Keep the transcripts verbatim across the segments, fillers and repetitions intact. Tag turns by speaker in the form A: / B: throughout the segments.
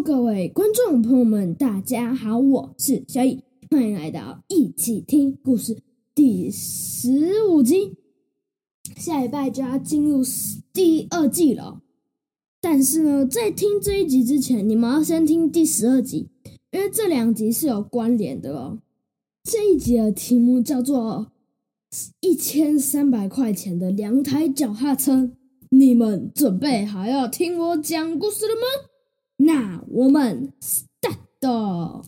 A: 各位观众朋友们，大家好，我是小乙，欢迎来到一起听故事第十五集。下礼拜就要进入第二季了，但是呢，在听这一集之前，你们要先听第十二集，因为这两集是有关联的哦。这一集的题目叫做一千三百块钱的两台脚踏车，你们准备好要听我讲故事了吗？那我们 start。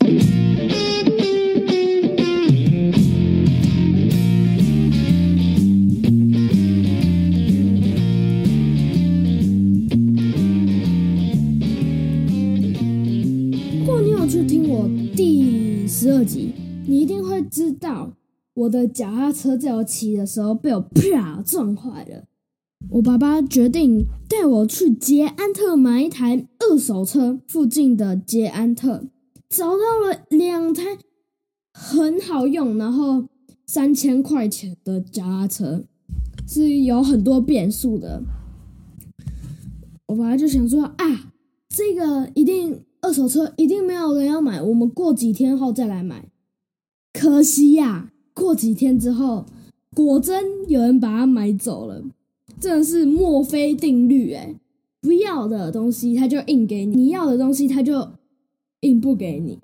A: 如果你有去听我第十二集，你一定会知道我的脚踏车在我骑的时候被我啪撞坏了。我爸爸决定带我去捷安特买一台二手车，附近的捷安特找到了两台很好用，然后三千块钱的脚踏车，是有很多变速的。我爸爸就想说啊，这个一定二手车一定没有人要买，我们过几天后再来买。可惜呀、啊，过几天之后，果真有人把它买走了。真的是墨菲定律诶，不要的东西他就硬给你，你要的东西他就硬不给你。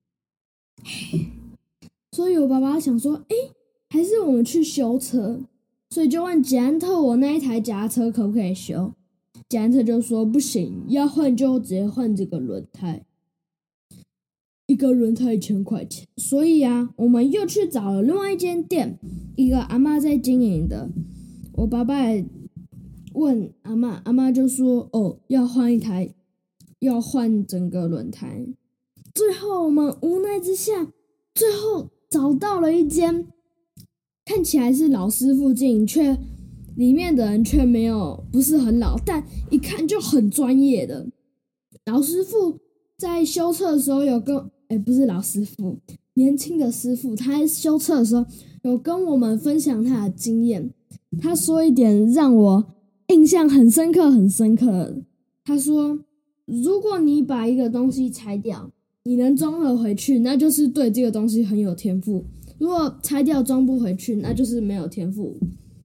A: 所以我爸爸想说，诶，还是我们去修车，所以就问捷安特我那一台脚踏车可不可以修。捷安特就说不行，要换就直接换这个轮胎，一个轮胎一千块钱。所以啊，我们又去找了另外一间店，一个阿嬷在经营的。我爸爸也问阿嬷，阿嬷就说：“哦，要换一台，要换整个轮胎。”最后我们无奈之下，最后找到了一间看起来是老师傅经营，却里面的人却没有不是很老，但一看就很专业的老师傅。在修车的时候有跟，哎，不是老师傅，年轻的师傅，他在修车的时候有跟我们分享他的经验。他说一点让我印象很深刻很深刻，他说如果你把一个东西拆掉，你能装合回去，那就是对这个东西很有天赋，如果拆掉装不回去，那就是没有天赋。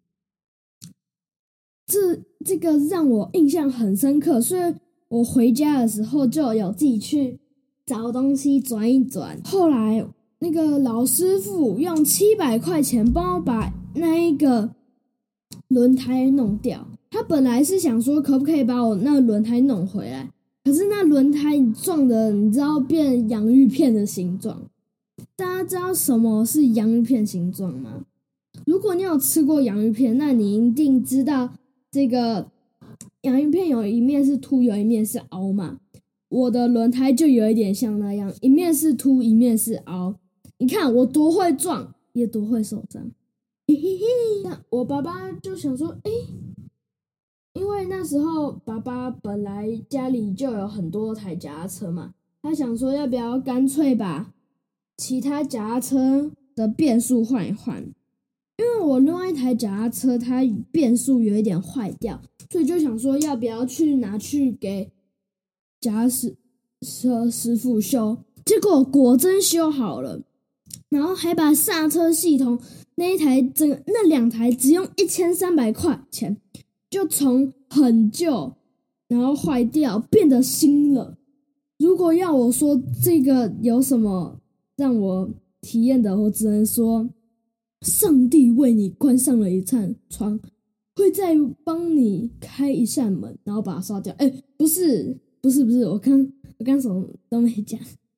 A: 这这个让我印象很深刻，所以我回家的时候就有自己去找东西转一转。后来那个老师傅用七百块钱帮我把那一个轮胎弄掉。他本来是想说可不可以把我那个轮胎弄回来，可是那轮胎撞的你知道变洋芋片的形状。大家知道什么是洋芋片形状吗？如果你有吃过洋芋片，那你一定知道这个洋芋片有一面是凸，有一面是凹嘛。我的轮胎就有一点像那样，一面是凸，一面是凹。你看我多会撞，也多会受伤。嘿嘿嘿，那我爸爸就想说，诶，因为那时候爸爸本来家里就有很多台脚踏车嘛，他想说要不要干脆把其他脚踏车的变速换一换。因为我另外一台脚踏车它变速有一点坏掉，所以就想说要不要去拿去给脚踏车师傅修。结果果真修好了，然后还把刹车系统那一台整那两台只用一千三百块钱，就从很旧然后坏掉变得新了。如果要我说这个有什么让我体验的，我只能说上帝为你关上了一扇窗，会再帮你开一扇门，然后把它烧掉。哎，不是不是不是，我刚我刚什么都没讲。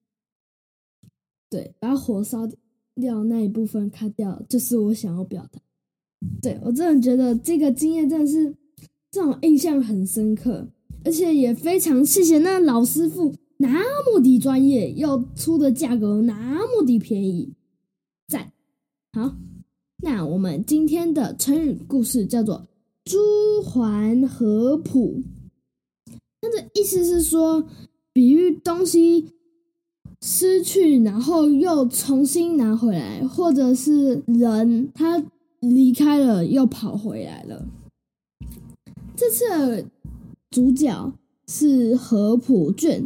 A: 对，把火烧掉那一部分卡掉，就是我想要表达。对，我真的觉得这个经验真的是让我印象很深刻，而且也非常谢谢那老师傅那么的专业，又出的价格那么的便宜，赞。好，那我们今天的成语故事叫做朱还合浦。它的意思是说，比喻东西失去然后又重新拿回来，或者是人他离开了又跑回来了。这次的主角是合浦卷，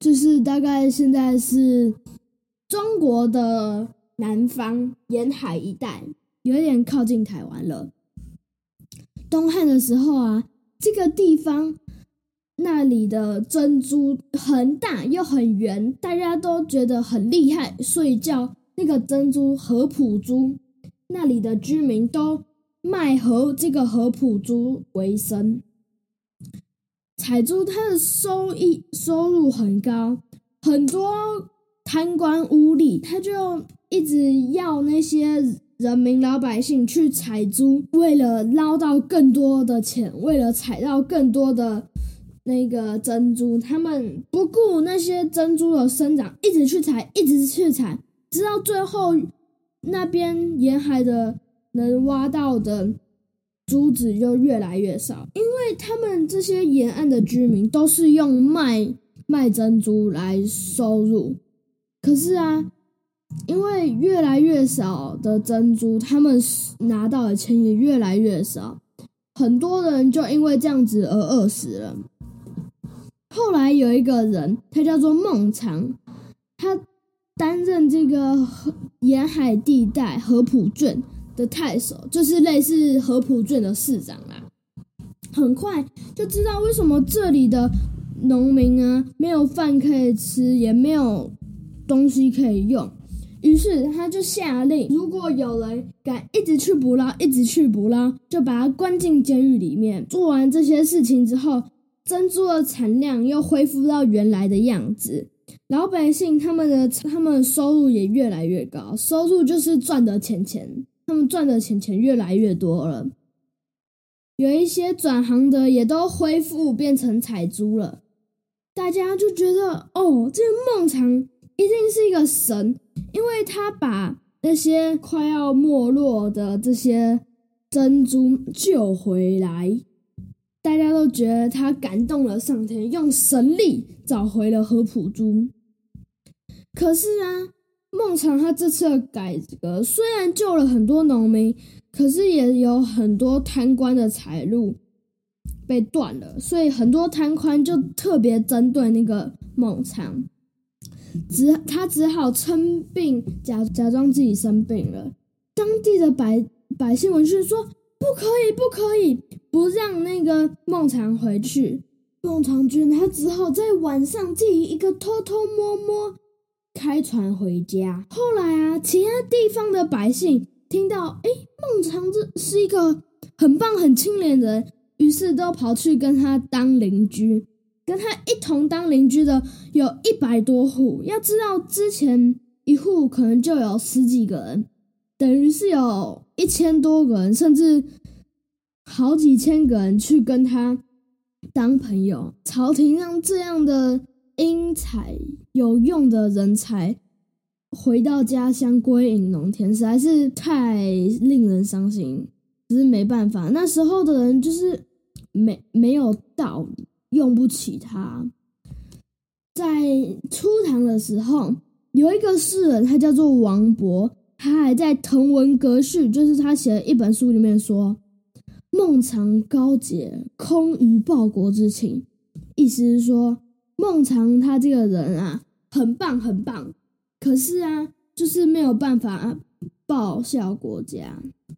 A: 就是大概现在是中国的南方沿海一带，有点靠近台湾了。东汉的时候啊，这个地方那里的珍珠很大又很圆，大家都觉得很厉害，所以叫那个珍珠合浦珠。那里的居民都卖和这个合浦珠为生。采珠它的收益收入很高，很多贪官污吏他就一直要那些人民老百姓去采珠，为了捞到更多的钱，为了采到更多的那个珍珠，他们不顾那些珍珠的生长，一直去采，一直去采，直到最后那边沿海的能挖到的珠子就越来越少，因为他们这些沿岸的居民都是用卖卖珍珠来收入。可是啊，因为越来越少的珍珠，他们拿到的钱也越来越少，很多人就因为这样子而饿死了。后来有一个人，他叫做孟尝，他担任这个沿海地带合浦郡的太守，就是类似合浦郡的市长啦。很快就知道为什么这里的农民啊没有饭可以吃，也没有东西可以用，于是他就下令，如果有人敢一直去捕捞，一直去捕捞，就把他关进监狱里面。做完这些事情之后，珍珠的产量又恢复到原来的样子，老百姓他们的他们的收入也越来越高，收入就是赚的钱钱，他们赚的钱钱越来越多了。有一些转行的也都恢复变成采珠了，大家就觉得哦，这个孟尝一定是一个神，因为他把那些快要没落的这些珍珠救回来，大家都觉得他感动了上天，用神力找回了合浦珠。可是啊，孟尝他这次的改革虽然救了很多农民，可是也有很多贪官的财路被断了，所以很多贪官就特别针对那个孟尝，只他只好称病，假假装自己生病了。当地的百百姓闻讯说不可以，不可以，不让那个孟尝回去。孟尝君他只好在晚上自己一个偷偷摸摸开船回家。后来啊，其他地方的百姓听到，诶，孟尝这是一个很棒很清廉的人，于是都跑去跟他当邻居。跟他一同当邻居的有一百多户，要知道之前一户可能就有十几个人，等于是有一千多个人，甚至好几千个人去跟他当朋友。朝廷让这样的英才有用的人才回到家乡归隐农田，实在是太令人伤心。只是没办法，那时候的人就是没没有道理，用不起他。在初唐的时候，有一个诗人，他叫做王勃，他还在《滕文阁序》，就是他写的一本书里面说，孟尝高洁，空余报国之情。意思是说，孟尝他这个人啊，很棒很棒，可是啊，就是没有办法报效国家。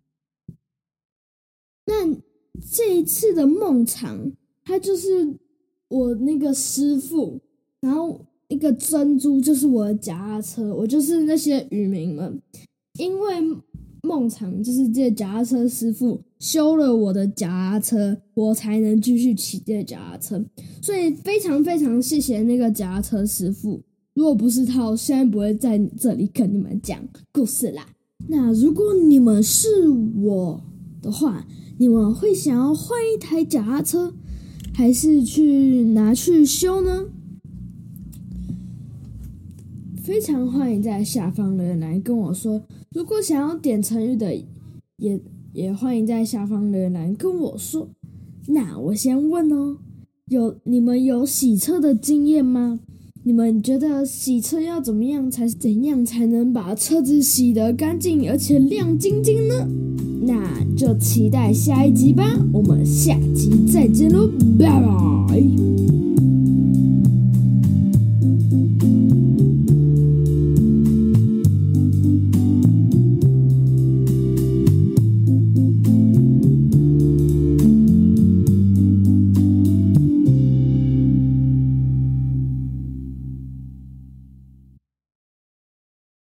A: 那这一次的孟尝，他就是我那个师父，然后一个珍珠就是我的脚踏车，我就是那些渔民们。因为孟尝就是这脚踏车师父修了我的脚踏车，我才能继续骑这脚踏车，所以非常非常谢谢那个脚踏车师父。如果不是他，我现在不会在这里跟你们讲故事啦。那如果你们是我的话，你们会想要换一台脚踏车，还是去拿去修呢？非常欢迎在下方留言来跟我说。如果想要点成语的，也也欢迎在下方留言来跟我说。那我先问哦，有你们有洗车的经验吗？你们觉得洗车要怎么样才怎样才能把车子洗得干净而且亮晶晶呢？那就期待下一集吧，我们下集再见喽，拜拜。